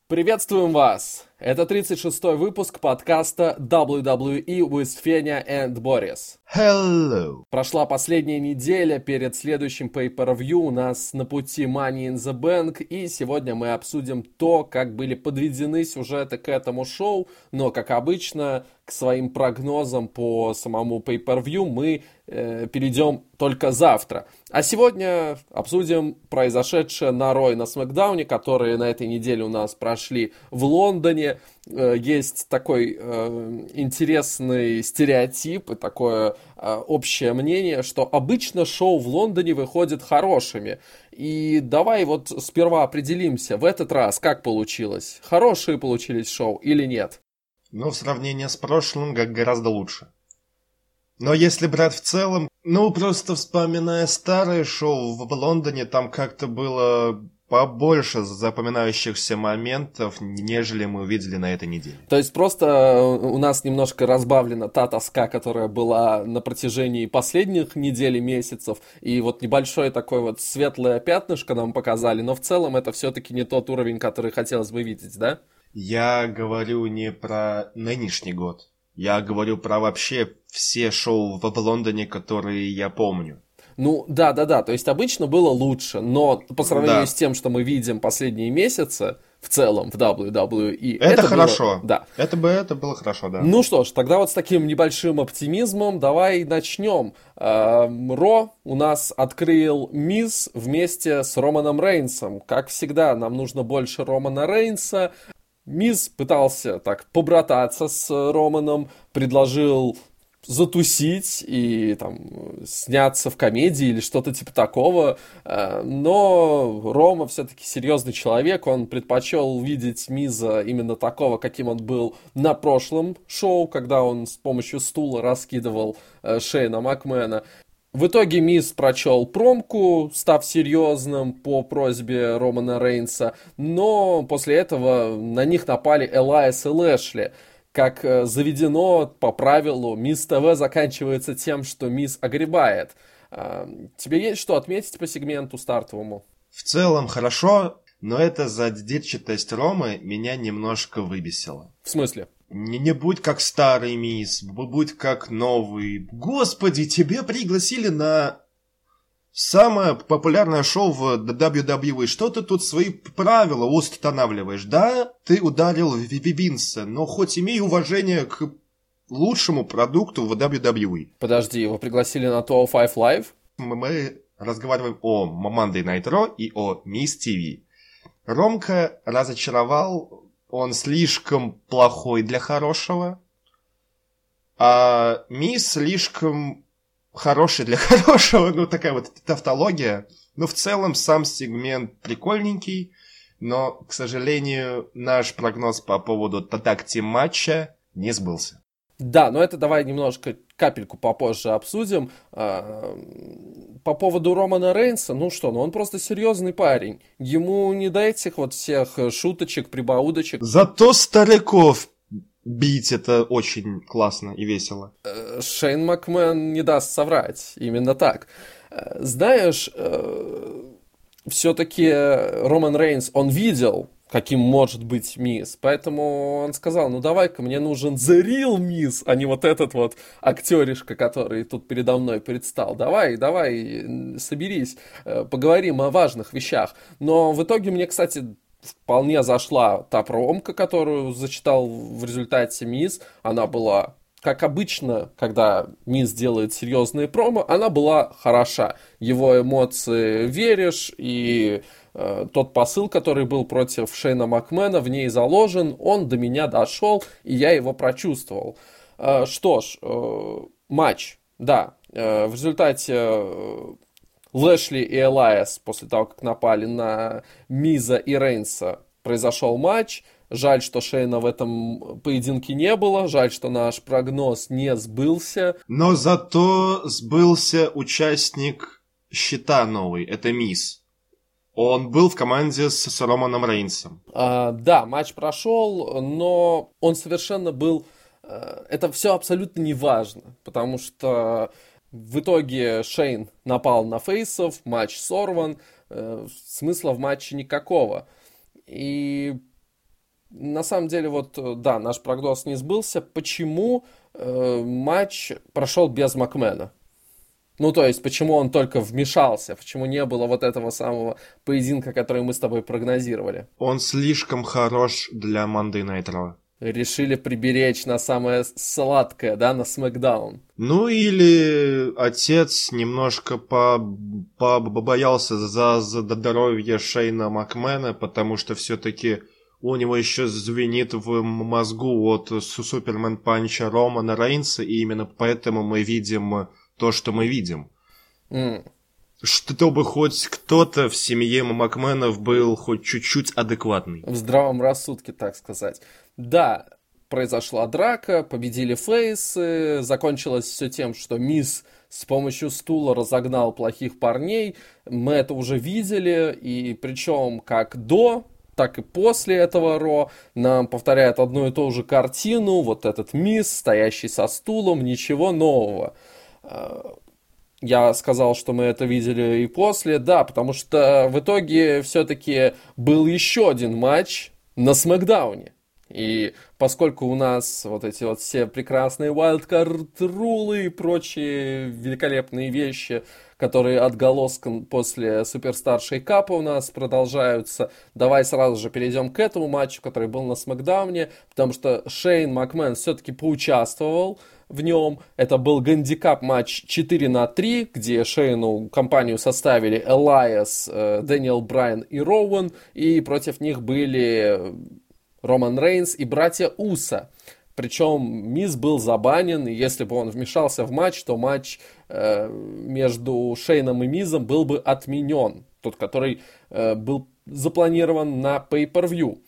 Приветствуем вас! Это 36-й выпуск подкаста WWE with Fenya and Boris. Hello! Прошла последняя неделя перед следующим Pay-Per-View у нас на пути Money in the Bank, и сегодня мы обсудим то, как были подведены сюжеты к этому шоу, но, как обычно, к своим прогнозам по самому Pay-Per-View мы перейдем только завтра. А сегодня обсудим произошедшее на Ро и на Смэкдауне, которые на этой неделе у нас прошли в Лондоне. Есть такой интересный стереотип и такое общее мнение, что обычно шоу в Лондоне выходят хорошими. И давай вот сперва определимся, в этот раз как получилось? Хорошие получились шоу или нет? Ну, в сравнении с прошлым, гораздо лучше. Но если брать в целом, просто вспоминая старые шоу в Лондоне, там как-то было побольше запоминающихся моментов, нежели мы увидели на этой неделе. То есть просто у нас немножко разбавлена та тоска, которая была на протяжении последних недель и месяцев, и вот небольшое такое вот светлое пятнышко нам показали, но в целом это все-таки не тот уровень, который хотелось бы видеть, да? Я говорю не про нынешний год. Я говорю про вообще все шоу в Лондоне, которые я помню. Ну, да, то есть обычно было лучше, но по сравнению с тем, что мы видим последние месяцы, в целом, в WWE... Это хорошо. Да. Это было хорошо, да. Ну что ж, тогда вот с таким небольшим оптимизмом давай начнем. Ро у нас открыл Миз вместе с Романом Рейнсом. Как всегда, нам нужно больше Романа Рейнса. Миз пытался так побрататься с Романом, предложил затусить и там сняться в комедии или что-то типа такого, но Рома все-таки серьезный человек, он предпочел видеть Миза именно такого, каким он был на прошлом шоу, когда он с помощью стула раскидывал Шейна Макмена. В итоге Миз прочел промку, став серьезным по просьбе Романа Рейнса, но после этого на них напали Элайас и Лэшли. Как заведено по правилу, Миз ТВ заканчивается тем, что Миз огребает. Тебе есть что отметить по сегменту стартовому? В целом хорошо, но эта задирчатость Ромы меня немножко выбесила. В смысле? Не будь как старый Миз, будь как новый. Господи, тебя пригласили на самое популярное шоу в WWE. Что ты тут свои правила устанавливаешь? Да, ты ударил Винса, но хоть имей уважение к лучшему продукту в WWE. Подожди, его пригласили на 205 Live? Мы разговариваем о Monday Night Raw и о Miz TV. Ромка разочаровал, он слишком плохой для хорошего, а Миз слишком хороший для хорошего, такая вот тавтология. В целом сам сегмент прикольненький, но, к сожалению, наш прогноз по поводу таг-тим матча не сбылся. Да, но это давай немножко капельку попозже обсудим. По поводу Романа Рейнса, он просто серьезный парень. Ему не до этих вот всех шуточек, прибаудочек. Зато стариков бить это очень классно и весело. Шейн Макмен не даст соврать, именно так. Знаешь, все-таки Роман Рейнс, он видел, каким может быть Миз, поэтому он сказал, давай-ка, мне нужен The Real Миз, а не вот этот вот актеришка, который тут передо мной предстал. Давай, соберись, поговорим о важных вещах. Но в итоге мне, кстати, вполне зашла та промка, которую зачитал в результате Миз. Она была, как обычно, когда Миз делает серьезные промо, она была хороша. Его эмоции веришь, и тот посыл, который был против Шейна Макмена, в ней заложен, он до меня дошел, и я его прочувствовал. Что ж, матч, да, в результате Лэшли и Элайас, после того, как напали на Миза и Рейнса, произошел матч. Жаль, что Шейна в этом поединке не было, жаль, что наш прогноз не сбылся. Но зато сбылся участник щита новый, это Миз. Он был в команде с Романом Рейнсом. Да, матч прошел, но он совершенно был... Это все абсолютно не важно, потому что в итоге Шейн напал на фейсов, матч сорван, смысла в матче никакого. И на самом деле, вот, да, наш прогноз не сбылся. Почему матч прошел без Макмена? Ну, то есть, почему он только вмешался? Почему не было вот этого самого поединка, который мы с тобой прогнозировали? Он слишком хорош для Monday Night Raw. Решили приберечь на самое сладкое, да, на SmackDown. Ну или отец немножко побоялся за здоровье Шейна Макмена, потому что все-таки у него еще звенит в мозгу от Супермен Панча Романа Рейнса, и именно поэтому мы видим то, что мы видим. Чтобы хоть кто-то в семье Макменов был хоть чуть-чуть адекватный. В здравом рассудке, так сказать. Да, произошла драка, победили фейсы, закончилось все тем, что Миз с помощью стула разогнал плохих парней. Мы это уже видели, и причем как до, так и после этого Ро нам повторяют одну и ту же картину. Вот этот Миз, стоящий со стулом, ничего нового. Я сказал, что мы это видели и после, да, потому что в итоге все-таки был еще один матч на Смэкдауне. И поскольку у нас вот эти вот все прекрасные wildcard-рулы и прочие великолепные вещи, которые отголоском после Суперстар Шейкапа у нас продолжаются, давай сразу же перейдем к этому матчу, который был на Смэкдауне, потому что Шейн Макмен все-таки поучаствовал в нем. Это был гандикап матч 4-3, где Шейну компанию составили Элайас, Дэниел Брайан и Роуэн, и против них были Роман Рейнс и братья Уса. Причем Миз был забанен, и если бы он вмешался в матч, то матч между Шейном и Мизом был бы отменен. Тот, который был запланирован на Pay-Per-View.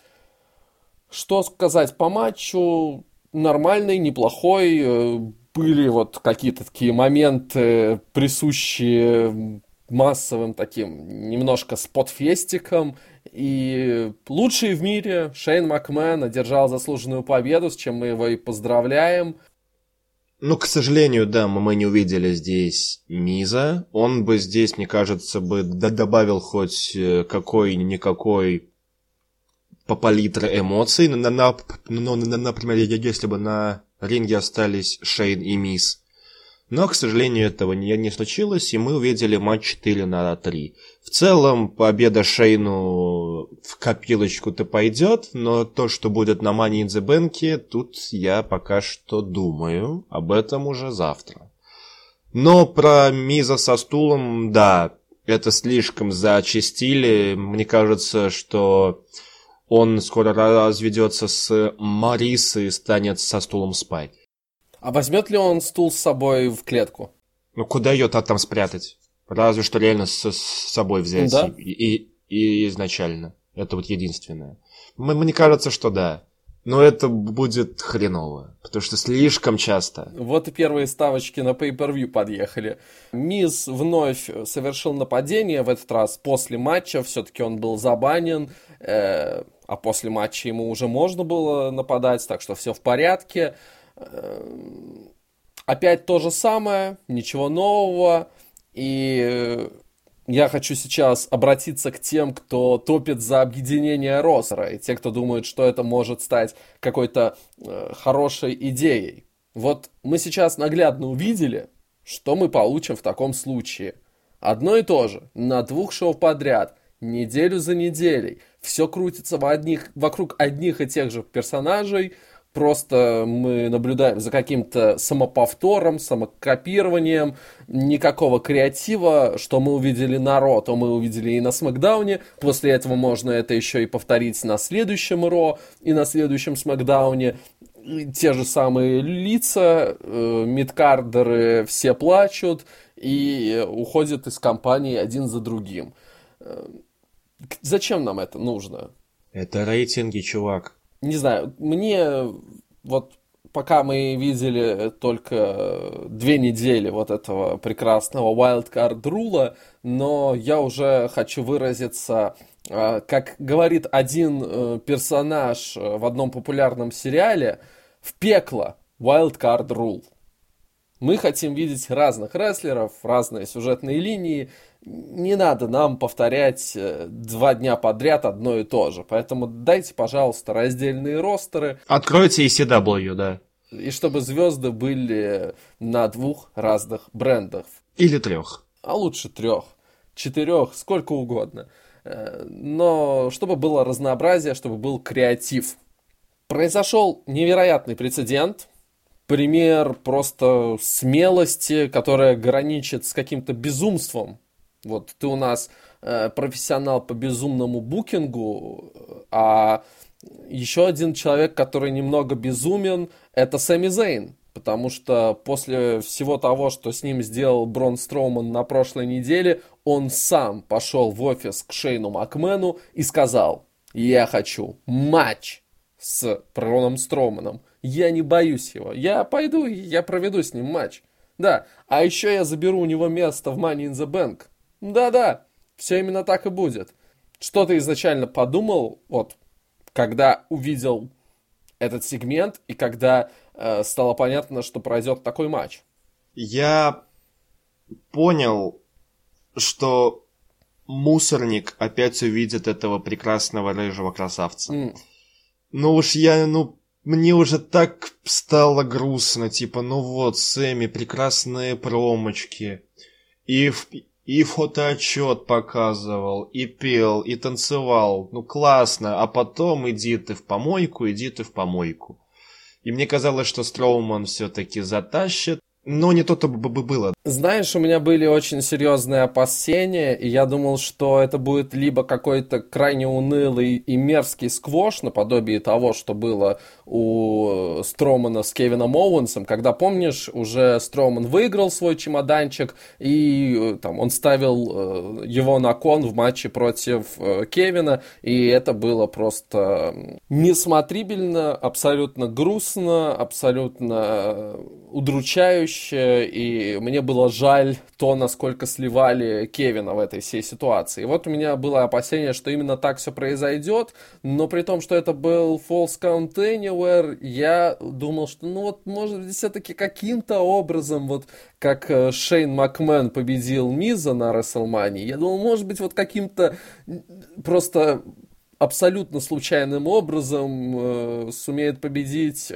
Что сказать по матчу? Нормальный, неплохой. Были вот какие-то такие моменты, присущие массовым таким немножко спотфестикам. И лучший в мире Шейн Макмен одержал заслуженную победу, с чем мы его и поздравляем. Ну, к сожалению, да, мы не увидели здесь Миза. Он бы здесь, мне кажется, бы добавил хоть какой-никакой по палитре эмоций. Например, если бы на ринге остались Шейн и Миз. Но, к сожалению, этого не случилось, и мы увидели матч 4-3. В целом, победа Шейну в копилочку-то пойдет, но то, что будет на Money in the Bank, тут я пока что думаю. Об этом уже завтра. Но про Миза со стулом, да, это слишком зачастили. Мне кажется, что он скоро разведется с Марисой и станет со стулом спать. А возьмет ли он стул с собой в клетку? Ну, куда ее там спрятать? Разве что реально с собой взять. Да? И изначально. Это вот единственное. Мне кажется, что да. Но это будет хреново. Потому что слишком часто. Вот и первые ставочки на Pay-Per-View подъехали. Миз вновь совершил нападение. В этот раз после матча. Все-таки он был забанен. А после матча ему уже можно было нападать. Так что все в порядке. Опять то же самое, ничего нового. И я хочу сейчас обратиться к тем, кто топит за объединение ростера, и те, кто думает, что это может стать какой-то хорошей идеей. Вот мы сейчас наглядно увидели, что мы получим в таком случае. Одно и то же, на 2 шоу подряд, неделю за неделей. Все крутится вокруг одних и тех же персонажей. Просто мы наблюдаем за каким-то самоповтором, самокопированием, никакого креатива. Что мы увидели на Ро, то мы увидели и на Смэкдауне. После этого можно это еще и повторить на следующем Ро и на следующем Смэкдауне. Те же самые лица, мидкардеры все плачут и уходят из компании один за другим. Зачем нам это нужно? Это рейтинги, чувак. Не знаю, мне вот пока мы видели только 2 недели вот этого прекрасного wildcard рула, но я уже хочу выразиться, как говорит один персонаж в одном популярном сериале, в пекло wildcard rule. Мы хотим видеть разных рестлеров, разные сюжетные линии. Не надо нам повторять 2 дня подряд одно и то же. Поэтому дайте, пожалуйста, раздельные ростеры. Откройте ECW, да. И чтобы звезды были на 2 разных брендах. Или 3. А лучше 3, 4, сколько угодно. Но чтобы было разнообразие, чтобы был креатив. Произошел невероятный прецедент. Пример просто смелости, которая граничит с каким-то безумством. Вот ты у нас профессионал по безумному букингу, а еще один человек, который немного безумен, это Сами Зейн. Потому что после всего того, что с ним сделал Брон Строуман на прошлой неделе, он сам пошел в офис к Шейну Макмену и сказал: я хочу матч с Броном Строуманом. Я не боюсь его. Я пойду и я проведу с ним матч. Да, а еще я заберу у него место в Money in the Bank. Да-да, все именно так и будет. Что ты изначально подумал, вот, когда увидел этот сегмент и когда стало понятно, что пройдет такой матч? Я понял, что мусорник опять увидит этого прекрасного рыжего красавца. Ну уж мне уже так стало грустно, типа, ну вот, Сэмми, прекрасные промочки, и фотоотчет показывал, и пел, и танцевал, ну классно, а потом иди ты в помойку. И мне казалось, что Строуман все-таки затащит, но не то-то бы было. Знаешь, у меня были очень серьезные опасения, и я думал, что это будет либо какой-то крайне унылый и мерзкий сквош, наподобие того, что было у Строумана с Кевином Оуэнсом, когда, помнишь, уже Строуман выиграл свой чемоданчик, и там он ставил его на кон в матче против Кевина, и это было просто несмотрибельно, абсолютно грустно, абсолютно удручающе, и мне было жаль то, насколько сливали Кевина в этой всей ситуации. И вот у меня было опасение, что именно так все произойдет, но при том, что это был Falls Count Anywhere, я думал, что может быть, все-таки каким-то образом, вот как Шейн Макмен победил Миза на WrestleMania, я думал, может быть, вот каким-то просто абсолютно случайным образом сумеет победить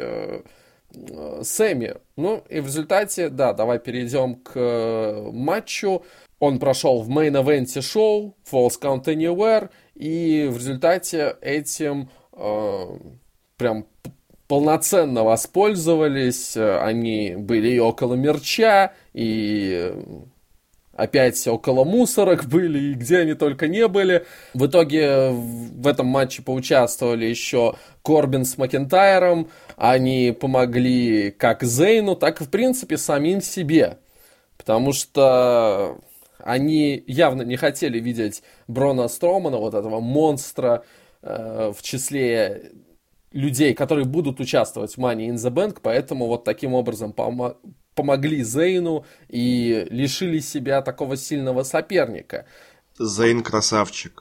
Сэмми. Ну, и в результате, да, давай перейдем к матчу. Он прошел в мейн-эвенте шоу Falls Count Anywhere, и в результате этим прям полноценно воспользовались. Они были и около мерча, и опять около мусорок были, и где они только не были. В итоге в этом матче поучаствовали еще Корбин с Макентайром. Они помогли как Зейну, так и, в принципе, самим себе. Потому что они явно не хотели видеть Брона Строумана, вот этого монстра, в числе людей, которые будут участвовать в Money in the Bank. Поэтому вот таким образом помогли Зейну и лишили себя такого сильного соперника. Зейн красавчик.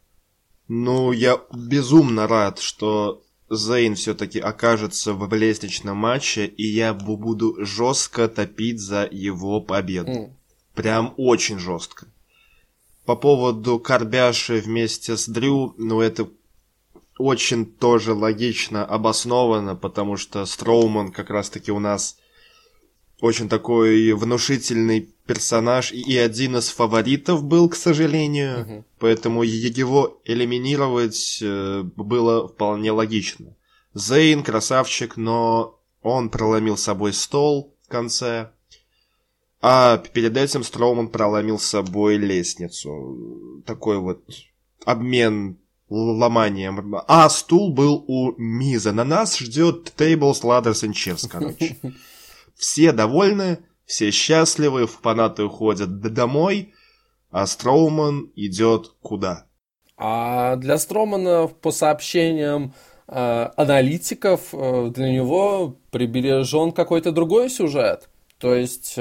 Ну, я безумно рад, что Зейн все-таки окажется в лестничном матче, и я буду жестко топить за его победу. Прям очень жестко. По поводу Корбяши вместе с Дрю, это очень тоже логично обосновано, потому что Строуман как раз-таки у нас очень такой внушительный персонаж и один из фаворитов был, к сожалению. Поэтому его элиминировать было вполне логично. Зейн красавчик, но он проломил с собой стол в конце. А перед этим Строуман проломил с собой лестницу. Такой вот обмен ломанием. А стул был у Миза. На нас ждет Tables, Ladders and Chairs, короче. Все довольны, все счастливы, фанаты уходят домой, а Строуман идет куда? А для Строумана, по сообщениям аналитиков, для него прибережен какой-то другой сюжет. То есть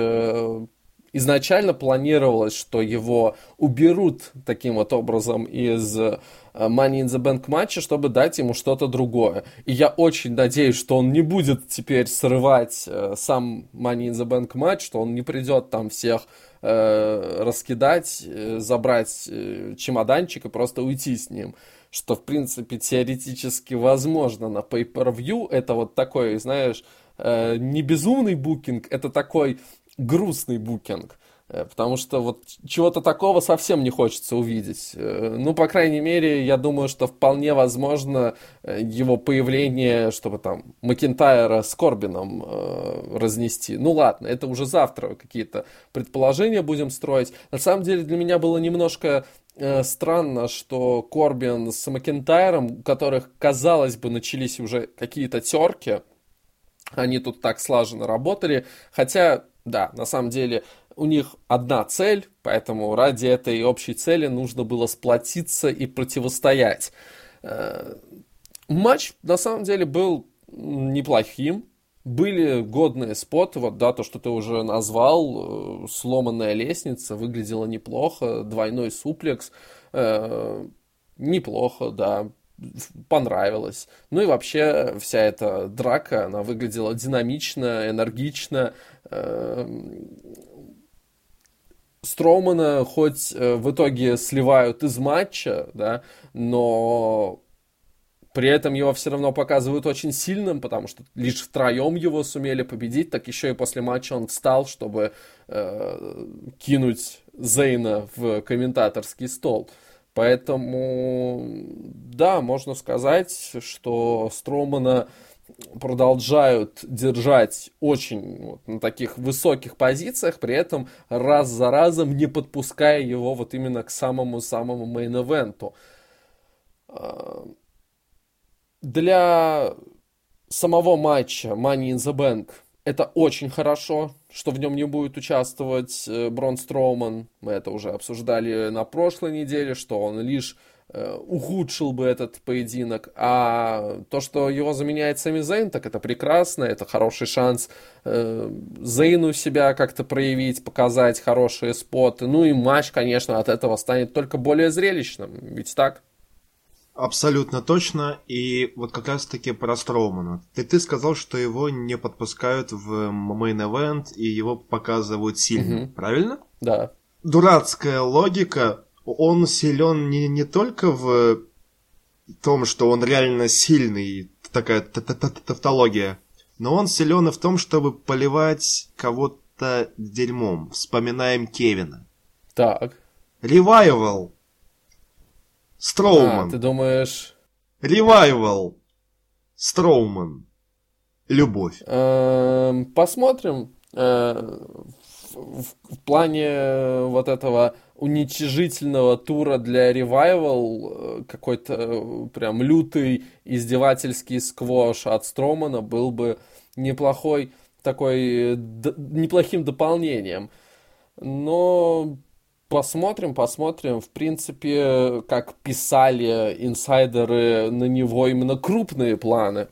изначально планировалось, что его уберут таким вот образом из Money in the Bank матче, чтобы дать ему что-то другое. И я очень надеюсь, что он не будет теперь срывать сам Money in the Bank матч, что он не придет там всех раскидать, забрать чемоданчик и просто уйти с ним. Что, в принципе, теоретически возможно на Pay-Per-View. Это вот такой, знаешь, не безумный букинг, это такой грустный букинг. Потому что вот чего-то такого совсем не хочется увидеть. Ну, по крайней мере, я думаю, что вполне возможно его появление, чтобы там Макинтайра с Корбином разнести. Ну ладно, это уже завтра какие-то предположения будем строить. На самом деле для меня было немножко странно, что Корбин с Макинтайром, у которых, казалось бы, начались уже какие-то терки, они тут так слаженно работали, хотя, да, на самом деле у них одна цель, поэтому ради этой общей цели нужно было сплотиться и противостоять. Матч, на самом деле, был неплохим. Были годные споты, вот, да, то, что ты уже назвал, сломанная лестница, выглядело неплохо, двойной суплекс, неплохо, да, понравилось. Ну и вообще вся эта драка, она выглядела динамично, энергично. Строумана хоть в итоге сливают из матча, да, но при этом его все равно показывают очень сильным, потому что лишь втроем его сумели победить, так еще и после матча он встал, чтобы кинуть Зейна в комментаторский стол. Поэтому, да, можно сказать, что Строумана продолжают держать очень вот, на таких высоких позициях, при этом раз за разом не подпуская его вот именно к самому-самому мейн-эвенту. Для самого матча Money in the Bank это очень хорошо, что в нем не будет участвовать Брон Строуман. Мы это уже обсуждали на прошлой неделе, что он лишь ухудшил бы этот поединок. А то, что его заменяет Сами Зейн, так это прекрасно, это хороший шанс Зейну себя как-то проявить, показать хорошие споты. Ну и матч, конечно, от этого станет только более зрелищным. Ведь так? Абсолютно точно. И вот как раз-таки про Строумана. Ты сказал, что его не подпускают в мейн-эвент и его показывают сильным, правильно? Да. Дурацкая логика. Он силен не только в том, что он реально сильный, такая тавтология, но он силен и в том, чтобы поливать кого-то дерьмом. Вспоминаем Кевина. Так. Ревайвал. Строуман. Ты думаешь... Ревайвал. Строуман. Любовь. Посмотрим. В плане вот этого уничижительного тура для Ревайвал какой-то прям лютый издевательский сквош от Строумана был бы неплохой такой неплохим дополнением. Но посмотрим. В принципе, как писали инсайдеры, на него именно крупные планы.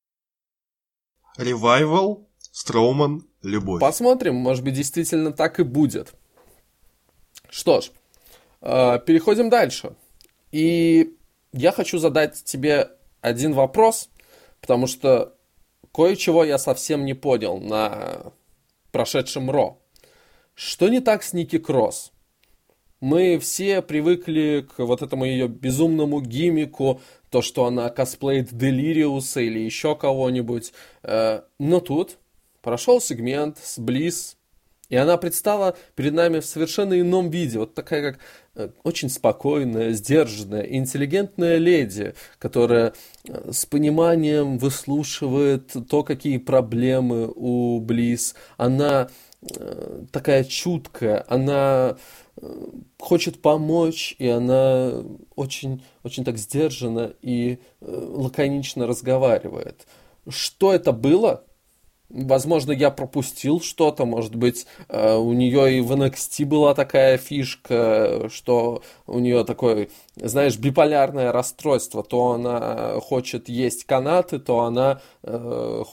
Ревайвал, Строуман, любовь. Посмотрим, может быть, действительно так и будет. Что ж, переходим дальше. И я хочу задать тебе один вопрос, потому что кое-чего я совсем не понял на прошедшем Ро. Что не так с Никки Кросс? Мы все привыкли к вот этому ее безумному гиммику, то, что она косплеит Делириуса или еще кого-нибудь. Но тут прошел сегмент с Блисс, и она предстала перед нами в совершенно ином виде. Вот такая как очень спокойная, сдержанная, интеллигентная леди, которая с пониманием выслушивает то, какие проблемы у Блисс. Она такая чуткая, она хочет помочь, и она очень, очень так сдержанно и лаконично разговаривает. Что это было? Возможно, я пропустил что-то, может быть, у нее и в NXT была такая фишка, что у нее такое, знаешь, биполярное расстройство. То она хочет есть канаты, то она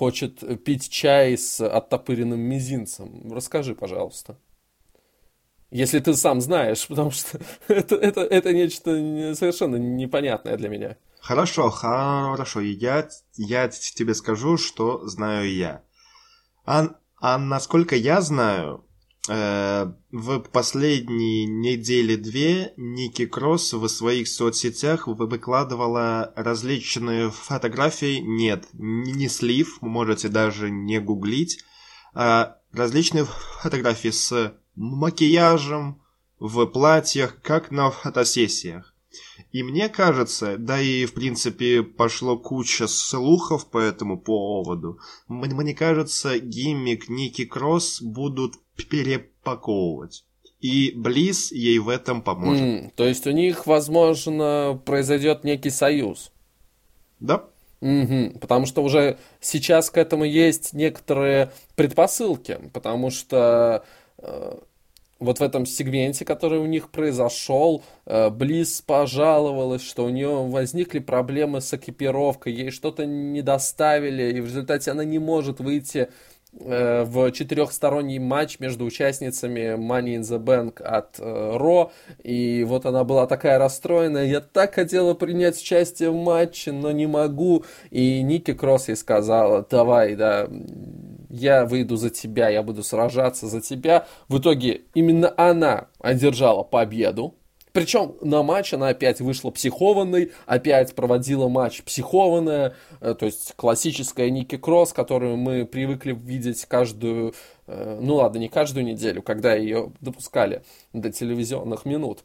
хочет пить чай с оттопыренным мизинцем. Расскажи, пожалуйста. Если ты сам знаешь, потому что это нечто совершенно непонятное для меня. Хорошо, хорошо. Я тебе скажу, что знаю я. А насколько я знаю, в последние недели-две Ники Кросс в своих соцсетях выкладывала различные фотографии. Нет, не слив, можете даже не гуглить. А различные фотографии с макияжем, в платьях, как на фотосессиях. И мне кажется, да и в принципе пошло куча слухов по этому поводу, мне кажется, гиммик Ники Кросс будут перепаковывать. И Близ ей в этом поможет. То есть у них, возможно, произойдет некий союз. Да? Мгм. Потому что уже сейчас к этому есть некоторые предпосылки, потому что вот в этом сегменте, который у них произошел, Близ пожаловалась, что у нее возникли проблемы с экипировкой, ей что-то не доставили, и в результате она не может выйти в четырехсторонний матч между участницами Money in the Bank от Ро, и вот она была такая расстроенная, я так хотела принять участие в матче, но не могу, и Ники Кросс ей сказала, давай, да, я выйду за тебя, я буду сражаться за тебя. В итоге именно она одержала победу. Причем на матч она опять вышла психованной, опять проводила матч психованная, то есть классическая Ники Кросс, которую мы привыкли видеть каждую, ну ладно, не каждую неделю, когда ее допускали до телевизионных минут.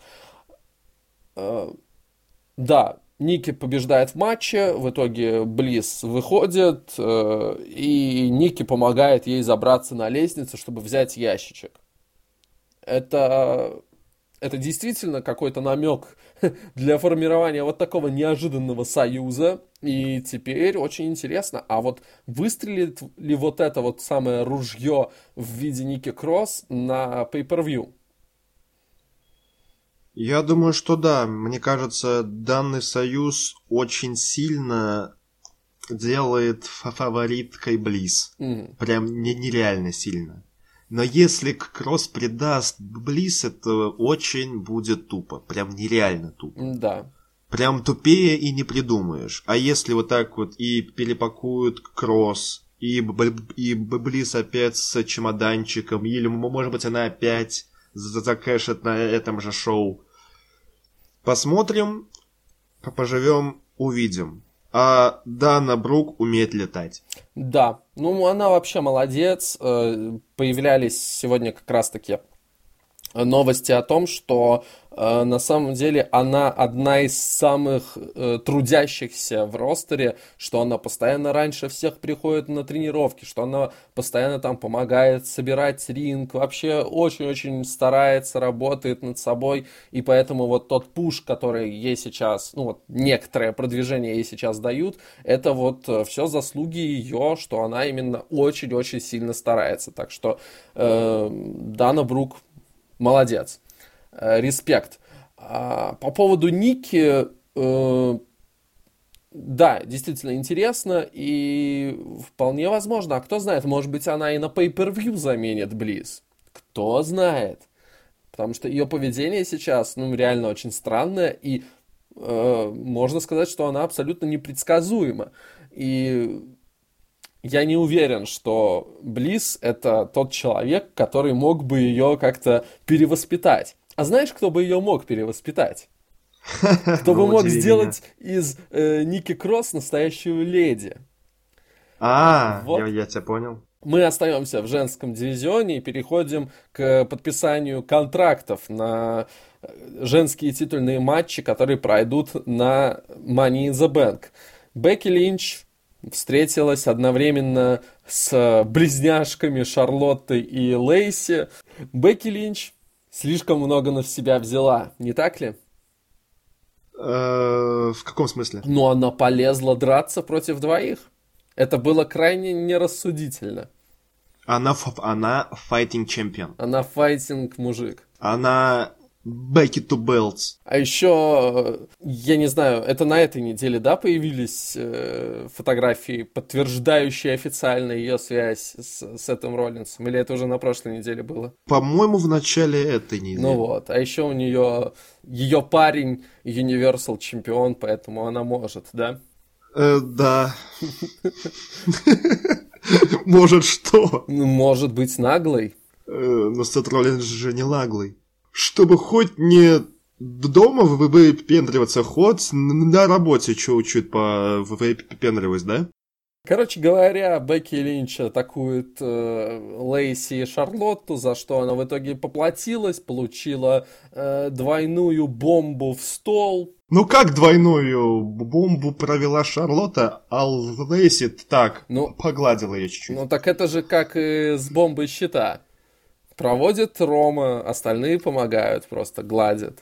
Да, Ники побеждает в матче, в итоге Близ выходит, и Ники помогает ей забраться на лестницу, чтобы взять ящичек. Это, это действительно какой-то намек для формирования вот такого неожиданного союза. И теперь очень интересно, а вот выстрелит ли вот это вот самое ружье в виде Ники Кросс на pay-per-view? Я думаю, что да. Мне кажется, данный союз очень сильно делает фавориткой Близ. Мгм. Прям нереально сильно. Но если Кросс предаст Близ, это очень будет тупо. Прям нереально тупо. Да. Прям тупее и не придумаешь. А если вот так вот и перепакуют Кросс, и Близ опять с чемоданчиком, или, может быть, она опять закэшит на этом же шоу. Посмотрим, поживем, увидим. А Дана Брук умеет летать. Да, ну она вообще молодец. Появлялись сегодня как раз-таки новости о том, что на самом деле она одна из самых трудящихся в ростере, что она постоянно раньше всех приходит на тренировки, что она постоянно там помогает собирать ринг, вообще очень-очень старается, работает над собой, и поэтому вот тот пуш, который ей сейчас, ну вот некоторое продвижение ей сейчас дают, это вот все заслуги ее, что она именно очень-очень сильно старается, так что Дана Брук молодец. Респект. По поводу Ники, да, действительно интересно и вполне возможно. А кто знает, может быть, она и на pay-per-view заменит Близ. Кто знает. Потому что ее поведение сейчас, ну, реально очень странное. И можно сказать, что она абсолютно непредсказуема. И я не уверен, что Близ это тот человек, который мог бы ее как-то перевоспитать. А знаешь, кто бы ее мог перевоспитать? Кто бы Ну, мог удиви меня. сделать из Ники Кросс настоящую леди? Вот. Я тебя понял. Мы остаемся в женском дивизионе и переходим к подписанию контрактов на женские титульные матчи, которые пройдут на Money in the Bank. Бекки Линч встретилась одновременно с близняшками Шарлоттой и Лейси. Бекки Линч слишком много на себя взяла, не так ли? В каком смысле? Но она полезла драться против двоих. Это было крайне нерассудительно. Она файтинг чемпион. Она файтинг-мужик. Она Back it to belts. А еще, я не знаю, это на этой неделе, да, появились фотографии, подтверждающие официально ее связь с Сетом Роллинсом? Или это уже на прошлой неделе было? По-моему, в начале этой недели. Ну вот, а еще у нее ее парень Universal чемпион, поэтому она может, да? Да. Может, что? Может быть, наглой? Но Сет Роллинс же не наглый. Чтобы хоть не дома выпендриваться, хоть на работе чуть-чуть выпендривать, да? Короче говоря, Бекки Линч атакует Лейси и Шарлотту, за что она в итоге поплатилась, получила двойную бомбу в стол. Ну как двойную бомбу провела Шарлотта, а Лейси так погладила ее чуть-чуть? Ну так это же как и с бомбой щита. Проводит Рома, остальные помогают, просто гладят.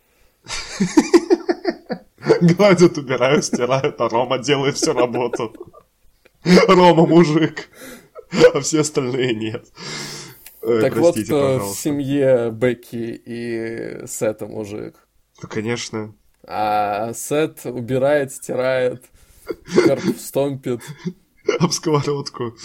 Гладят, убирают, стирают, а Рома делает всю работу. Рома мужик, а все остальные нет. Так простите, вот пожалуйста. В семье Бекки и Сета мужик. Ну, конечно. А Сет убирает, стирает, стомпит. Об сковородку.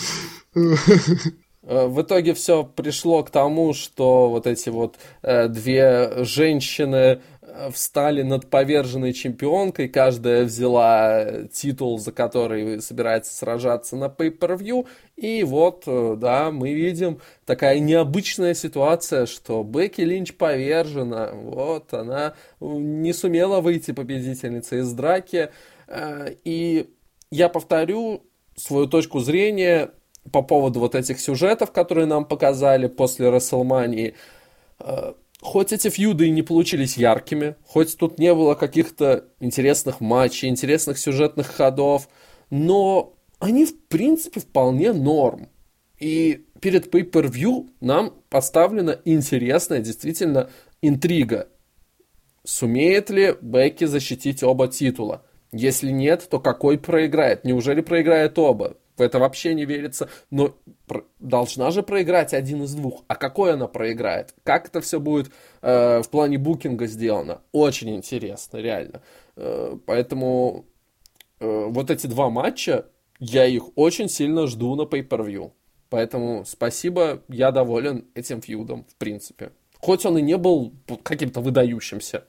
В итоге все пришло к тому, что вот эти вот две женщины встали над поверженной чемпионкой, каждая взяла титул, за который собирается сражаться на Pay-Per-View, и вот, да, мы видим такая необычная ситуация, что Бекки Линч повержена, вот, она не сумела выйти победительницей из драки, и я повторю свою точку зрения по поводу вот этих сюжетов, которые нам показали после Расселмании. Хоть эти фьюды и не получились яркими, хоть тут не было каких-то интересных матчей, интересных сюжетных ходов, но они, в принципе, вполне норм. И перед Pay-Per-View нам поставлена интересная, действительно, интрига. Сумеет ли Бекки защитить оба титула? Если нет, то какой проиграет? Неужели проиграет оба? В это вообще не верится, но должна же проиграть один из двух. А какой она проиграет? Как это все будет в плане букинга сделано? Очень интересно, реально. Поэтому вот эти два матча, я их очень сильно жду на Pay-Per-View. Поэтому спасибо, я доволен этим фьюдом, в принципе. Хоть он и не был каким-то выдающимся.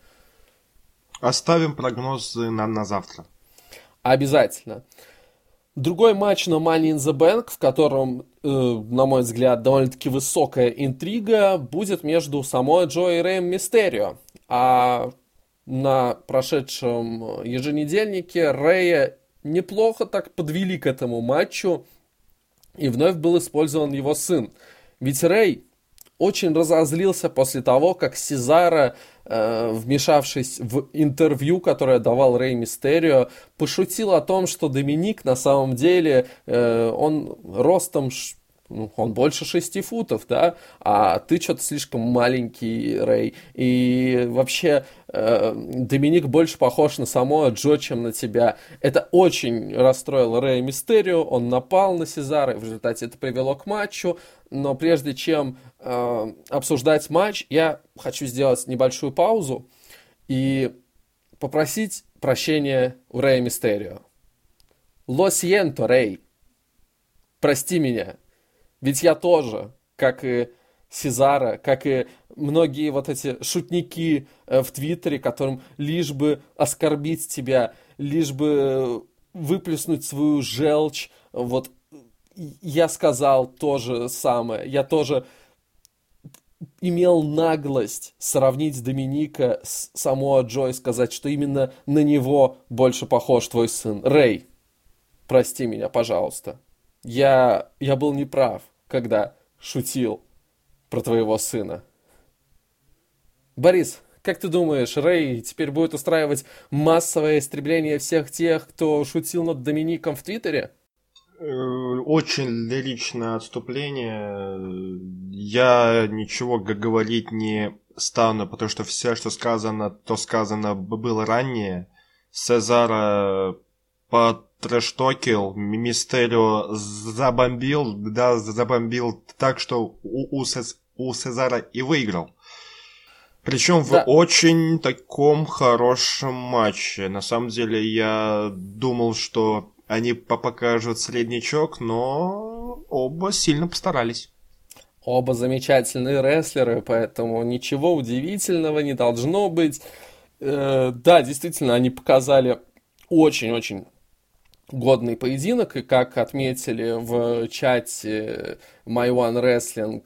Оставим прогнозы на завтра. Обязательно. Другой матч на Money in the Bank, в котором, на мой взгляд, довольно-таки высокая интрига, будет между Самоа Джо и Рэем Мистерио. А на прошедшем еженедельнике Рэя неплохо так подвели к этому матчу, и вновь был использован его сын. Ведь Рэй очень разозлился после того, как Сезаро, вмешавшись в интервью, которое давал Рэй Мистерио, пошутил о том, что Доминик на самом деле, он ростом, он больше 6 футов, да, а ты что-то слишком маленький, Рэй, и вообще Доминик больше похож на Самоа Джо, чем на тебя. Это очень расстроило Рэя Мистерио, он напал на Сезаро, и в результате это привело к матчу, но прежде чем обсуждать матч, я хочу сделать небольшую паузу и попросить прощения у Рэя Мистерио. Ло сиенто, Рэй. Прости меня. Ведь я тоже, как и Сезаро, как и многие вот эти шутники в Твиттере, которым лишь бы оскорбить тебя, лишь бы выплеснуть свою желчь, вот я сказал то же самое. Я тоже имел наглость сравнить Доминика с Самоа Джо и сказать, что именно на него больше похож твой сын. Рэй, прости меня, пожалуйста. Я был неправ, когда шутил про твоего сына. Борис, как ты думаешь, Рэй теперь будет устраивать массовое истребление всех тех, кто шутил над Домиником в Твиттере? Очень лиричное отступление. Я ничего говорить не стану, потому что все, что сказано, то сказано было ранее. Сезаро потрэштокил, Мистерио забомбил, да, забомбил так, что у Сезара и выиграл. Причем в Да, очень таком хорошем матче. На самом деле я думал, что они покажут среднячок, но оба сильно постарались. оба замечательные рестлеры, поэтому ничего удивительного не должно быть. Да, действительно, они показали очень-очень годный поединок, и как отметили в чате My One Wrestling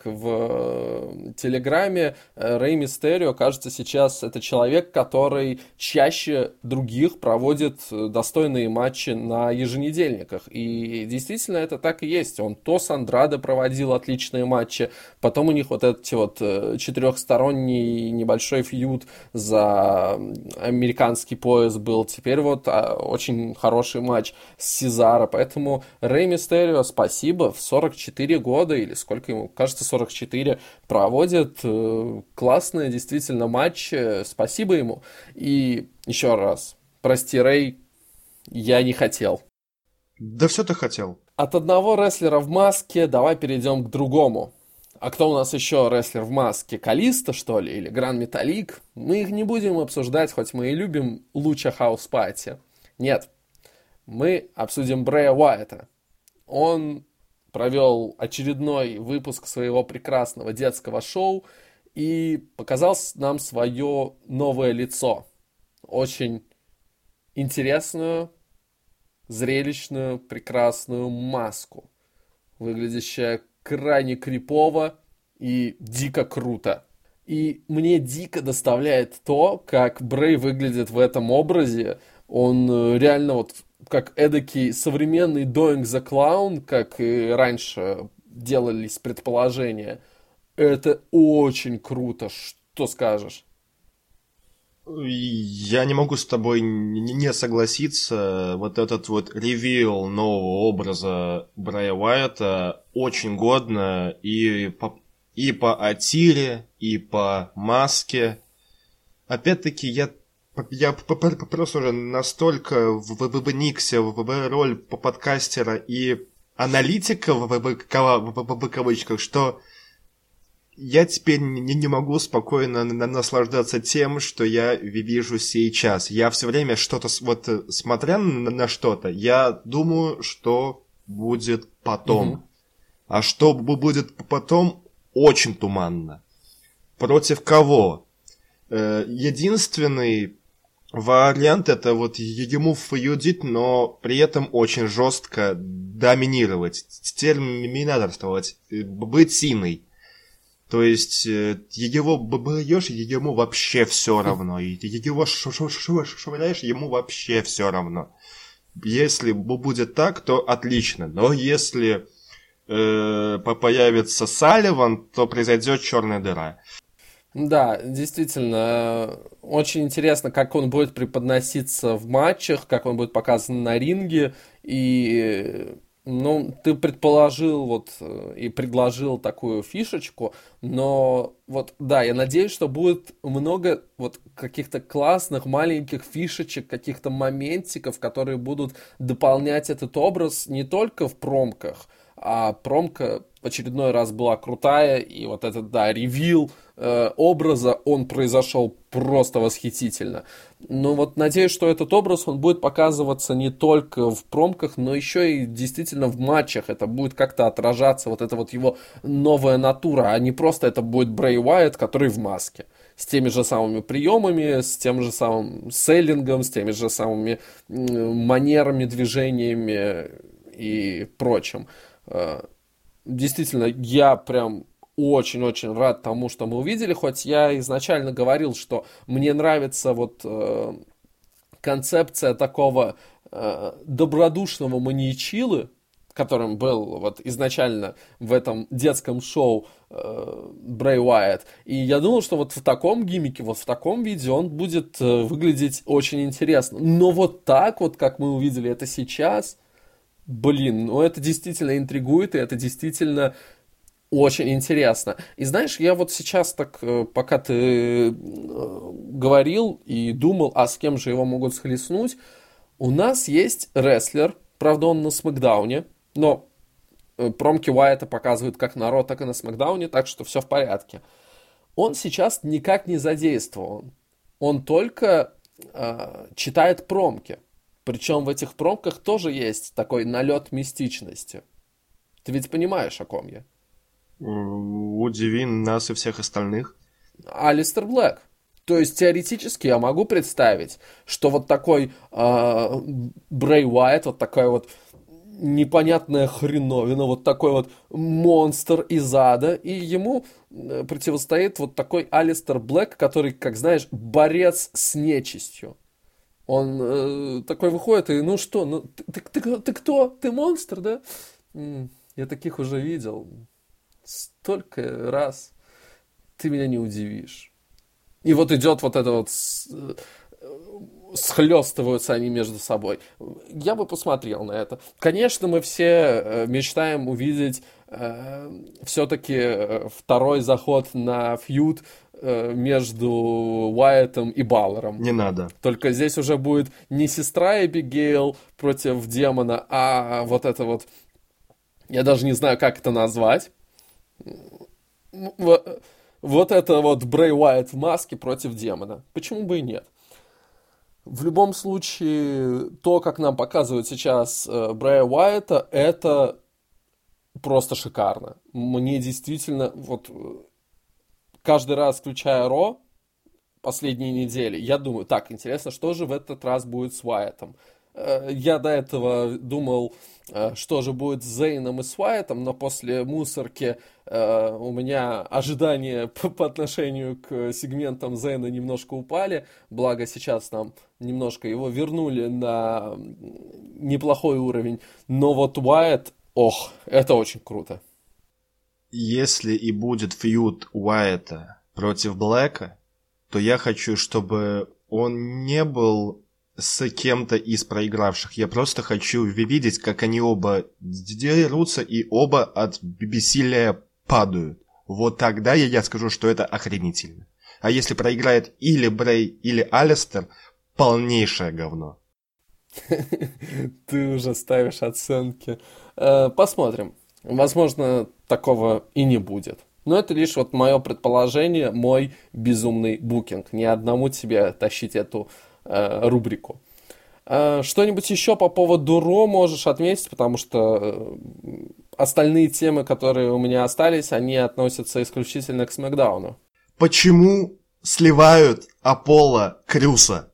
в Телеграме, Рэй Мистерио, кажется, сейчас это человек, который чаще других проводит достойные матчи на еженедельниках. И действительно это так и есть. Он то с Андрадо проводил отличные матчи, потом у них вот эти вот четырехсторонний небольшой фьюд за американский пояс был. Теперь вот очень хороший матч с Сезаро. Поэтому Рэй Мистерио, спасибо, в 44 года, или сколько ему, кажется, 44, проводит классные действительно матчи. Спасибо ему. И еще раз, прости, Рэй, я не хотел. Да все ты хотел. От одного рестлера в маске давай перейдем к другому. А кто у нас еще рестлер в маске? Калиста, что ли? Или Гран Металлик? Мы их не будем обсуждать, хоть мы и любим Луча Хаус Пати. Нет, мы обсудим Брэя Уайта. Он провел очередной выпуск своего прекрасного детского шоу и показал нам свое новое лицо. Очень интересную, зрелищную, прекрасную маску, выглядящая крайне крипово и дико круто. И мне дико доставляет то, как Брэй выглядит в этом образе. Он реально вот как эдакий современный Doing the Clown, как и раньше делались предположения. Это очень круто. Что скажешь? Я не могу с тобой не согласиться. Вот этот вот ревил нового образа Брэя Уайта очень годно и по Атире, и по маске. Опять-таки, я просто уже настолько вникся в роль подкастера и аналитика в кавычках, что я теперь не могу спокойно наслаждаться тем, что я вижу сейчас. Я все время что-то, вот смотря на что-то, я думаю, что будет Мгм. потом. А что будет потом, очень туманно. Против кого? Единственный вариант это вот ему фьюдить, но при этом очень жестко доминировать, терминаторствовать, быть сильной. То есть его бьешь, ему вообще все равно. И его швыряешь, ему вообще все равно. Если будет так, то отлично. Но если появится Салливан, то произойдет черная дыра. Да, действительно, очень интересно, как он будет преподноситься в матчах, как он будет показан на ринге. И, ну, ты предположил вот и предложил такую фишечку, но вот, да, я надеюсь, что будет много вот каких-то классных маленьких фишечек, каких-то моментиков, которые будут дополнять этот образ не только в промках, а промка в очередной раз была крутая, и вот этот, да, ревил образа, он произошел просто восхитительно. Но вот надеюсь, что этот образ, он будет показываться не только в промках, но еще и действительно в матчах. Это будет как-то отражаться, вот это вот его новая натура, а не просто это будет Брэй Уайт, который в маске. С теми же самыми приемами, с тем же самым селлингом, с теми же самыми манерами, движениями и прочим. Действительно, я прям очень-очень рад тому, что мы увидели, хоть я изначально говорил, что мне нравится вот концепция такого добродушного маньячилы, которым был вот изначально в этом детском шоу Брэй Уайт. И я думал, что вот в таком гиммике, вот в таком виде он будет выглядеть очень интересно. Но вот так вот, как мы увидели это сейчас, блин, ну это действительно интригует, и это действительно очень интересно. И знаешь, я вот сейчас так, пока ты говорил и думал, а с кем же его могут схлестнуть, у нас есть рестлер, правда он на Смакдауне, но промки Уайта показывают как на Ро, так и на Смакдауне, так что все в порядке. он сейчас никак не задействован. Он только читает промки. Причем в этих промках тоже есть такой налет мистичности. Ты ведь понимаешь, о ком я? Удиви нас и всех остальных. Алистер Блэк. То есть теоретически я могу представить, что вот такой Брэй Уайт, вот такая вот непонятная хреновина, вот такой вот монстр из ада, и ему противостоит вот такой Алистер Блэк, который, как знаешь, борец с нечистью. Он такой выходит и, ну что, ну ты кто? Ты монстр, да? Я таких уже видел столько раз. Ты меня не удивишь. И вот идет вот это вот, схлестываются они между собой. Я бы посмотрел на это. Конечно, мы все мечтаем увидеть все-таки второй заход на фьюд между Уайтом и Баллером. Не надо. Только здесь уже будет не сестра Эбигейл против демона, а вот это вот... Я даже не знаю, как это назвать. Вот это вот Брэй Уайт в маске против демона. Почему бы и нет? В любом случае, то, как нам показывают сейчас Брэя Уайта, это просто шикарно. Мне действительно, вот каждый раз, включая Ро, последние недели, я думаю, так, интересно, что же в этот раз будет с Уайтом? Я до этого думал, что же будет с Зейном и с Уайтом, но после мусорки у меня ожидания по отношению к сегментам Зейна немножко упали, благо сейчас нам немножко его вернули на неплохой уровень, но вот Уайт, ох, это очень круто. Если и будет фьюд Уайта против Блэка, то я хочу, чтобы он не был с кем-то из проигравших. Я просто хочу видеть, как они оба дерутся и оба от бессилия падают. Вот тогда я скажу, что это охренительно. А если проиграет или Брэй, или Алистер, полнейшее говно. Ты уже ставишь оценки. Посмотрим. Возможно, такого и не будет. Но это лишь вот мое предположение, мой безумный букинг. Ни одному тебе тащить эту рубрику. Что-нибудь еще по поводу Ро можешь отметить, потому что остальные темы, которые у меня остались, они относятся исключительно к Смэкдауну. Почему сливают Аполло Крюса?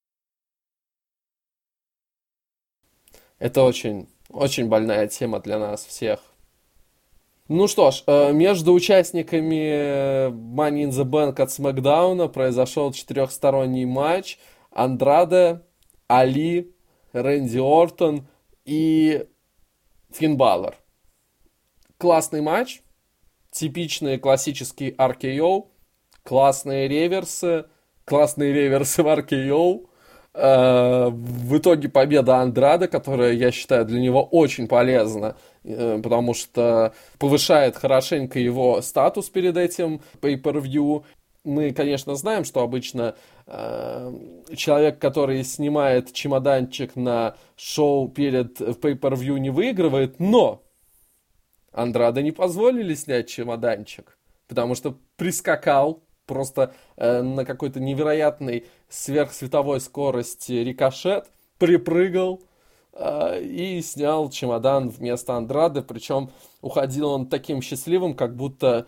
Это очень, очень больная тема для нас всех. Ну что ж, между участниками Money in the Bank от Смэкдауна произошел четырехсторонний матч. Андраде, Али, Рэнди Ортон и Финн Балор. Классный матч, типичный классический RKO, классные реверсы в RKO. В итоге победа Андраде, которая, я считаю, для него очень полезна, потому что повышает хорошенько его статус перед этим pay-per-view. Мы, конечно, знаем, что обычно человек, который снимает чемоданчик на шоу перед pay-per-view, не выигрывает, но Андраде не позволили снять чемоданчик, потому что прискакал просто на какой-то невероятной сверхсветовой скорости рикошет, припрыгал и снял чемодан вместо Андраде, причем уходил он таким счастливым, как будто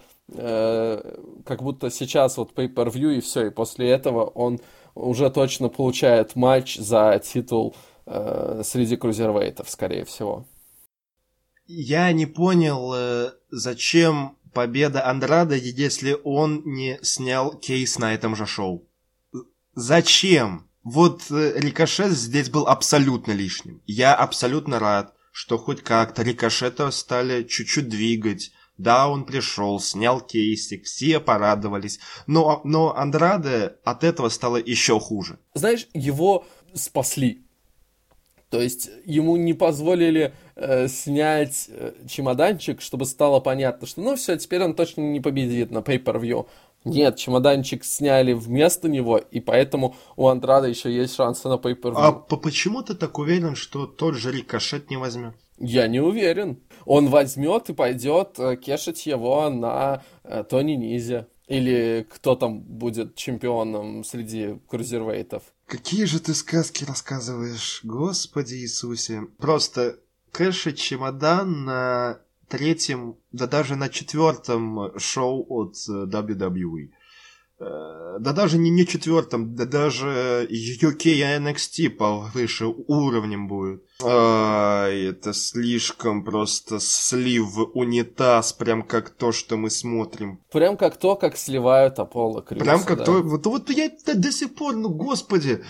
сейчас вот pay-per-view и все, и после этого он уже точно получает матч за титул среди крузервейтов, скорее всего. Я не понял, зачем победа Андраде, если он не снял кейс на этом же шоу. Зачем? Вот Рикошет здесь был абсолютно лишним. Я абсолютно рад, что хоть как-то Рикошета стали чуть-чуть двигать. Да, он пришел, снял кейсик, все порадовались. Но Андраде от этого стало еще хуже. Знаешь, его спасли. То есть ему не позволили снять чемоданчик, чтобы стало понятно, что ну все, теперь он точно не победит на pay-per-view. Нет, чемоданчик сняли вместо него, и поэтому у Андраде еще есть шансы на pay-per-view. А почему ты так уверен, что тот же Рикошет не возьмет? Я не уверен. Он возьмет и пойдет кешить его на Тони Низе. Или кто там будет чемпионом среди крузервейтов? Какие же ты сказки рассказываешь, Господи Иисусе. Просто кэши чемодан на третьем, да даже на четвертом шоу от WWE. Да даже не четвертом, да даже UK и NXT повыше уровнем будет. Это слишком просто слив в унитаз, прям как то, что мы смотрим. Прям как то, как сливают Аполло Крюса. Прям как да. то, вот я до сих пор, ну господи,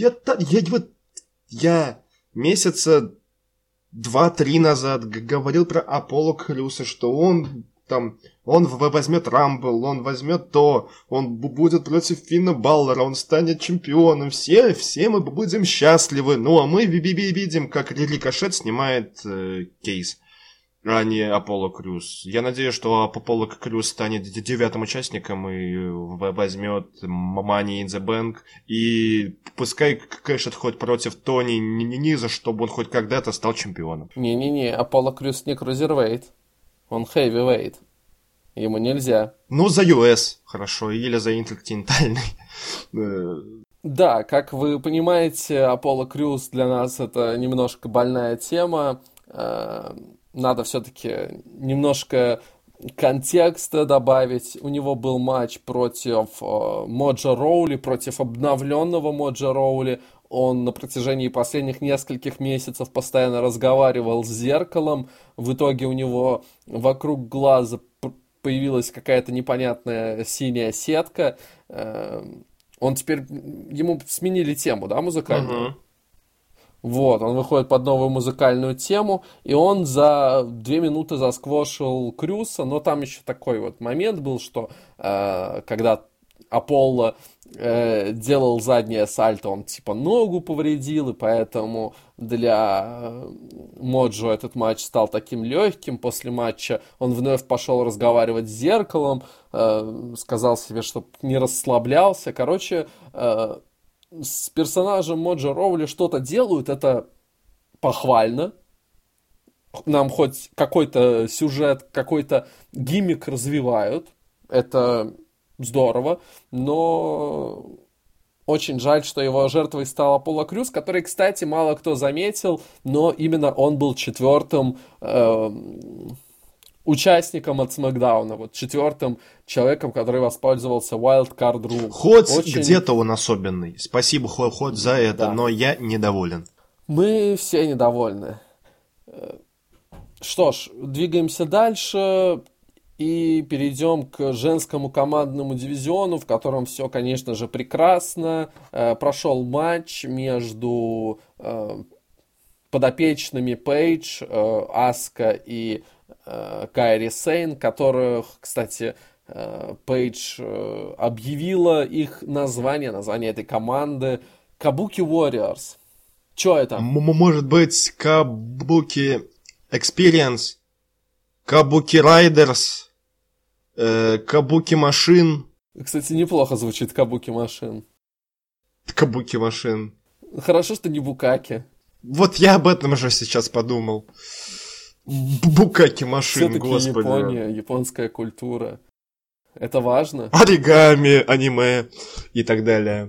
я месяца 2-3 назад говорил про Аполло Крюса, что он возьмет Рамбл, он возьмет то, он будет против Финна Баллера, он станет чемпионом, все мы будем счастливы. Ну, а мы видим, как Рикошет снимает кейс, а не Аполло Крюс. Я надеюсь, что Аполло Крюс станет 9-м участником и возьмет Money in the Bank, и пускай кэшет хоть против Тони Низа, чтобы он хоть когда-то стал чемпионом. Не-не-не, Аполло Крюс не крузервейт. Он heavyweight. Ему нельзя. Ну, за US, хорошо, или за интерконтинентальный. Да, как вы понимаете, Аполло Крюс для нас это немножко больная тема. Надо все-таки немножко контекста добавить. У него был матч против Моджо Роули, против обновленного Моджо Роули. Он на протяжении последних нескольких месяцев постоянно разговаривал с зеркалом. В итоге у него вокруг глаза появилась какая-то непонятная синяя сетка. Он теперь... Ему сменили тему, да, музыкальную? Угу. Вот, он выходит под новую музыкальную тему, и он за 2 минуты засквошил Крюса, но там еще такой вот момент был, что когда Аполло делал заднее сальто, он типа ногу повредил, и поэтому для Моджо этот матч стал таким легким. После матча он вновь пошел разговаривать с зеркалом, сказал себе, чтобы не расслаблялся. Короче, с персонажем Моджо Роули что-то делают, это похвально. Нам хоть какой-то сюжет, какой-то гиммик развивают. Это здорово, но очень жаль, что его жертвой стал Аполло Крюс, который, кстати, мало кто заметил, но именно он был 4-м участником от Смэкдауна, вот 4-м человеком, который воспользовался Wildcard Rule. Хоть где-то он особенный. Спасибо хоть за это, Да. но я недоволен. Мы все недовольны. Что ж, двигаемся дальше и перейдем к женскому командному дивизиону, в котором все, конечно же, прекрасно. Прошел матч между подопечными Пейдж, Аска и Кайри Сейн, которых, кстати, Пейдж объявила их название этой команды Kabuki Warriors. Чё это? Может быть, Kabuki Experience, Kabuki Riders, Kabuki Machine. Кстати, неплохо звучит Kabuki Machine. Kabuki Machine. Хорошо, что не Букаки. Вот я об этом же сейчас подумал. Букаки Машин, Все-таки господи. Япония, японская культура. Это важно. Оригами, аниме и так далее.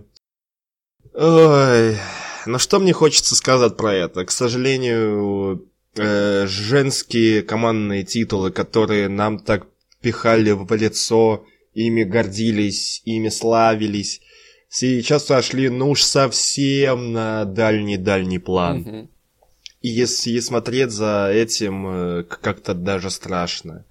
Ой, ну что мне хочется сказать про это? К сожалению, женские командные титулы, которые нам так пихали в лицо, ими гордились, ими славились, сейчас сошли, ну уж совсем на дальний план. Мгм. И если смотреть за этим, как-то даже страшно.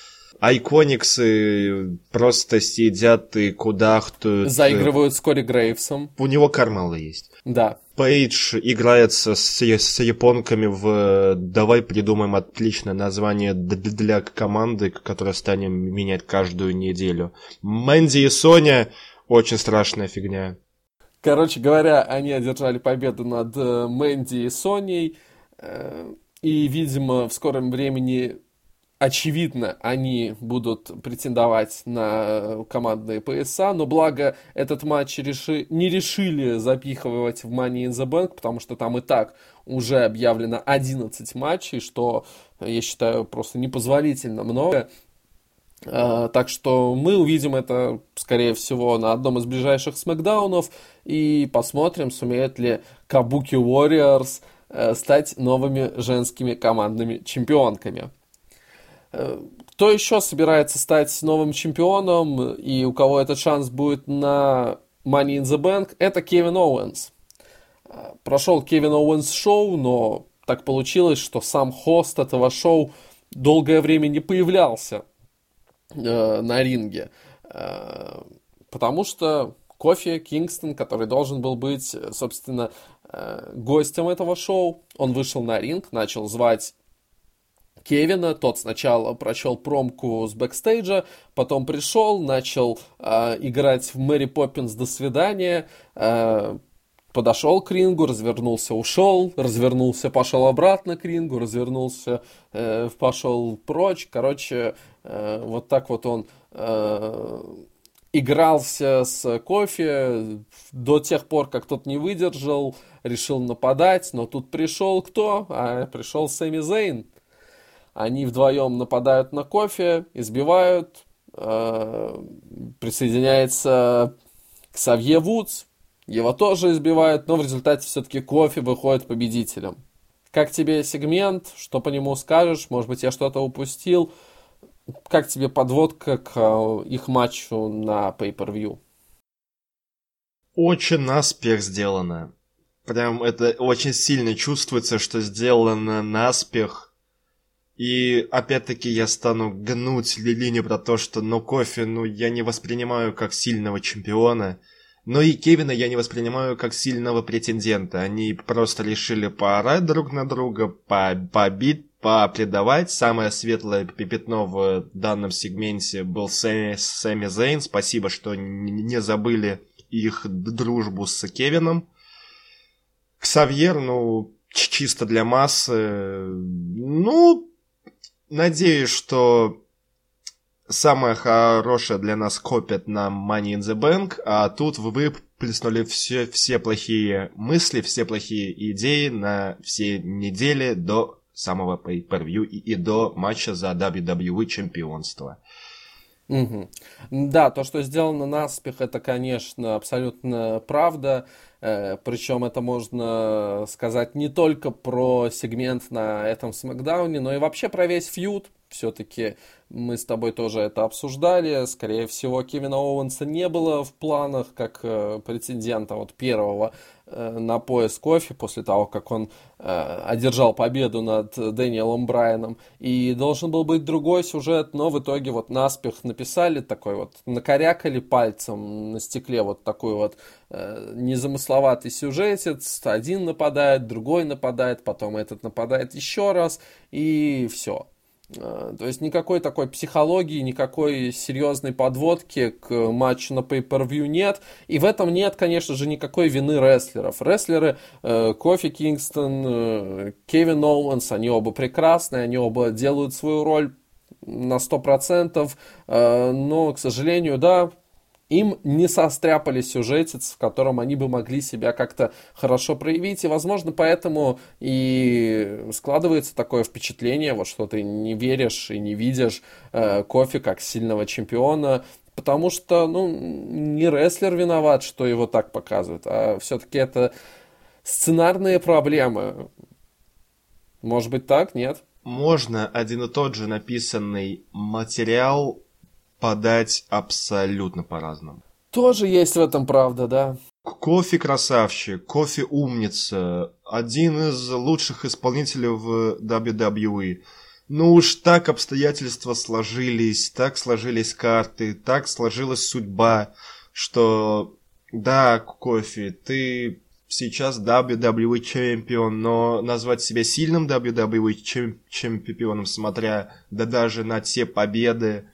Айкониксы просто сидят и кудахтают. Заигрывают с Кори Грейвсом. У него кармала есть. Да. Пейдж играется с японками в «Давай придумаем отличное название для команды, которую станем менять каждую неделю». Мэнди и Соня — очень страшная фигня. Короче говоря, они одержали победу над Мэнди и Соней. И, видимо, в скором времени, очевидно, они будут претендовать на командные пояса. Но благо этот матч не решили запихивать в Money in the Bank, потому что там и так уже объявлено 11 матчей, что, я считаю, просто непозволительно много. Так что мы увидим это, скорее всего, на одном из ближайших смакдаунов и посмотрим, сумеют ли Кабуки Warriors стать новыми женскими командными чемпионками. Кто еще собирается стать новым чемпионом и у кого этот шанс будет на Money in the Bank, это Кевин Оуэнс. Прошел Кевин Оуэнс шоу, но так получилось, что сам хост этого шоу долгое время не появлялся на ринге. Потому что Кофи Кингстон, который должен был быть, собственно, гостем этого шоу, он вышел на ринг, начал звать Кевина. Тот сначала прочел промку с бэкстейджа, потом пришел, начал играть в Мэри Поппинс «До свидания», подошел к рингу, развернулся, ушел, развернулся, пошел обратно к рингу, развернулся, пошел прочь. Короче, вот так вот он игрался с Кофи до тех пор, как тот не выдержал, решил нападать, но тут пришел кто? Пришел Сами Зейн. Они вдвоем нападают на Кофи, избивают, присоединяется Ксавье Вудс, его тоже избивают, но в результате все-таки Кофи выходит победителем. Как тебе сегмент? Что по нему скажешь? Может быть, я что-то упустил? Как тебе подводка к их матчу на Pay-Per-View? Очень наспех сделано. Прям это очень сильно чувствуется, что сделано наспех. И опять-таки я стану гнуть линию про то, что Кофи, я не воспринимаю как сильного чемпиона. Но и Кевина я не воспринимаю как сильного претендента. Они просто решили поорать друг на друга, побить, попредавать. Самое светлое пятно в данном сегменте был Сами Зейн. Спасибо, что не забыли их дружбу с Кевином. Ксавьер, чисто для массы. Надеюсь, что самое хорошее для нас копят на Money in the Bank, а тут вы выплеснули все плохие мысли, все плохие идеи на все недели до самого Pay-Per-View и до матча за WWE чемпионство. Угу. Да, то, что сделано наспех, это, конечно, абсолютно правда. Причем это можно сказать не только про сегмент на этом смакдауне, но и вообще про весь фьюд. Все-таки мы с тобой тоже это обсуждали. Скорее всего, Кевина Оуэнса не было в планах как претендента первого на пояс Кофи после того, как он одержал победу над Дэниелом Брайаном. И должен был быть другой сюжет, но в итоге наспех написали такой накорякали пальцем на стекле такой незамысловатый сюжетец. Один нападает, другой нападает, потом этот нападает еще раз, и все. То есть никакой такой психологии, никакой серьезной подводки к матчу на Pay-Per-View нет. И в этом нет, конечно же, никакой вины рестлеров. Рестлеры Кофи Кингстон, Кевин Оуэнс, они оба прекрасные, они оба делают свою роль на 100%. Но, к сожалению, да, им не состряпали сюжетец, в котором они бы могли себя как-то хорошо проявить. И, возможно, поэтому и складывается такое впечатление, что ты не веришь и не видишь Кофи как сильного чемпиона. Потому что, не рестлер виноват, что его так показывают, а все-таки это сценарные проблемы. Может быть так, нет? Можно один и тот же написанный материал подать абсолютно по-разному. Тоже есть в этом правда, да. Кофи красавчик, Кофи умница, один из лучших исполнителей в WWE. Уж так обстоятельства сложились, так сложились карты, так сложилась судьба, что да, Кофи, ты сейчас WWE чемпион, но назвать себя сильным WWE чемпионом, смотря даже на те победы,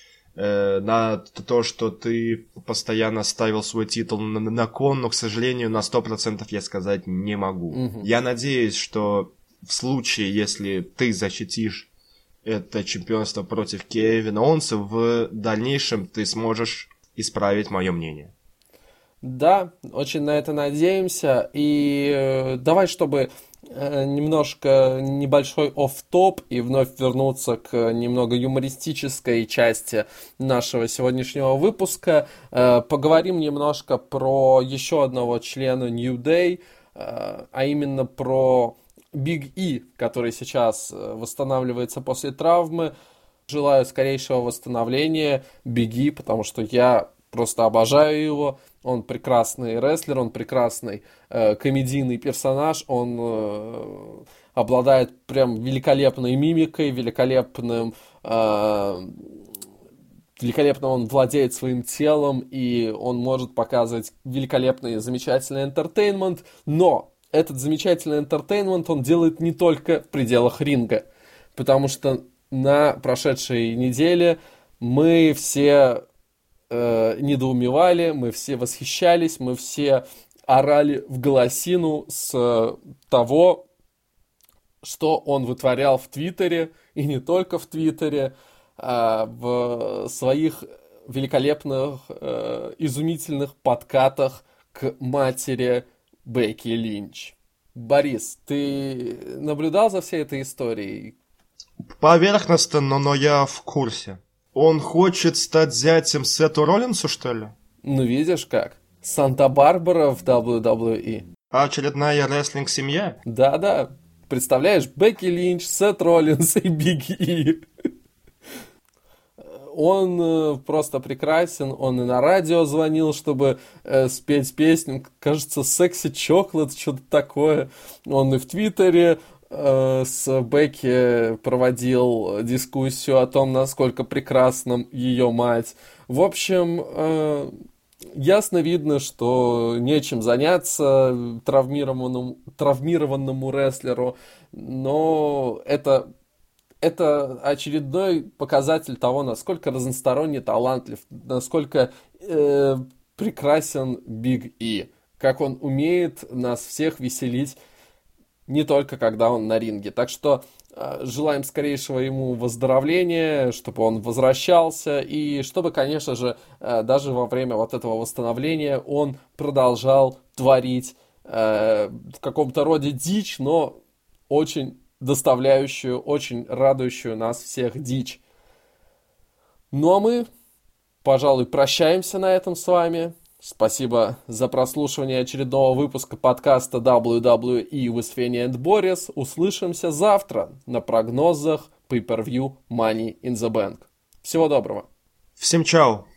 на то, что ты постоянно ставил свой титул на кон, но, к сожалению, на 100% я сказать не могу. Я надеюсь, что в случае, если ты защитишь это чемпионство против Кевина Оуэнса, в дальнейшем ты сможешь исправить мое мнение. Да, очень на это надеемся. И давай, чтобы немножко небольшой офф-топ и вновь вернуться к немного юмористической части нашего сегодняшнего выпуска. Поговорим немножко про еще одного члена New Day, а именно про Big E, который сейчас восстанавливается после травмы. Желаю скорейшего восстановления Big E, потому что я просто обожаю его. Он прекрасный рестлер, он прекрасный комедийный персонаж, он обладает прям великолепной мимикой, великолепно он владеет своим телом, и он может показывать великолепный, замечательный энтертейнмент, но этот замечательный энтертейнмент он делает не только в пределах ринга, потому что на прошедшей неделе мы все недоумевали, мы все восхищались, мы все орали в голосину с того, что он вытворял в Твиттере, и не только в Твиттере, а в своих великолепных, изумительных подкатах к матери Бекки Линч. Борис, ты наблюдал за всей этой историей? Поверхностно, но я в курсе. Он хочет стать зятем Сету Роллинсу, что ли? Ну, видишь как. Санта-Барбара в WWE. А очередная рестлинг-семья? Да-да. Представляешь, Бекки Линч, Сет Роллинс и Биг И. Он просто прекрасен, он и на радио звонил, чтобы спеть песню, кажется, «Секси Chocolate», что-то такое. Он и в Твиттере с Бекки проводил дискуссию о том, насколько прекрасна ее мать. В общем, ясно видно, что нечем заняться травмированному рестлеру, но это очередной показатель того, насколько разносторонне талантлив, насколько прекрасен Биг И, как он умеет нас всех веселить, не только когда он на ринге. Так что желаем скорейшего ему выздоровления, чтобы он возвращался, и чтобы, конечно же, даже во время вот этого восстановления он продолжал творить в каком-то роде дичь, но очень доставляющую, очень радующую нас всех дичь. Ну а мы, пожалуй, прощаемся на этом с вами. Спасибо за прослушивание очередного выпуска подкаста WWE with Fenny and Boris. Услышимся завтра на прогнозах Pay-Per-View Money in the Bank. Всего доброго. Всем чао.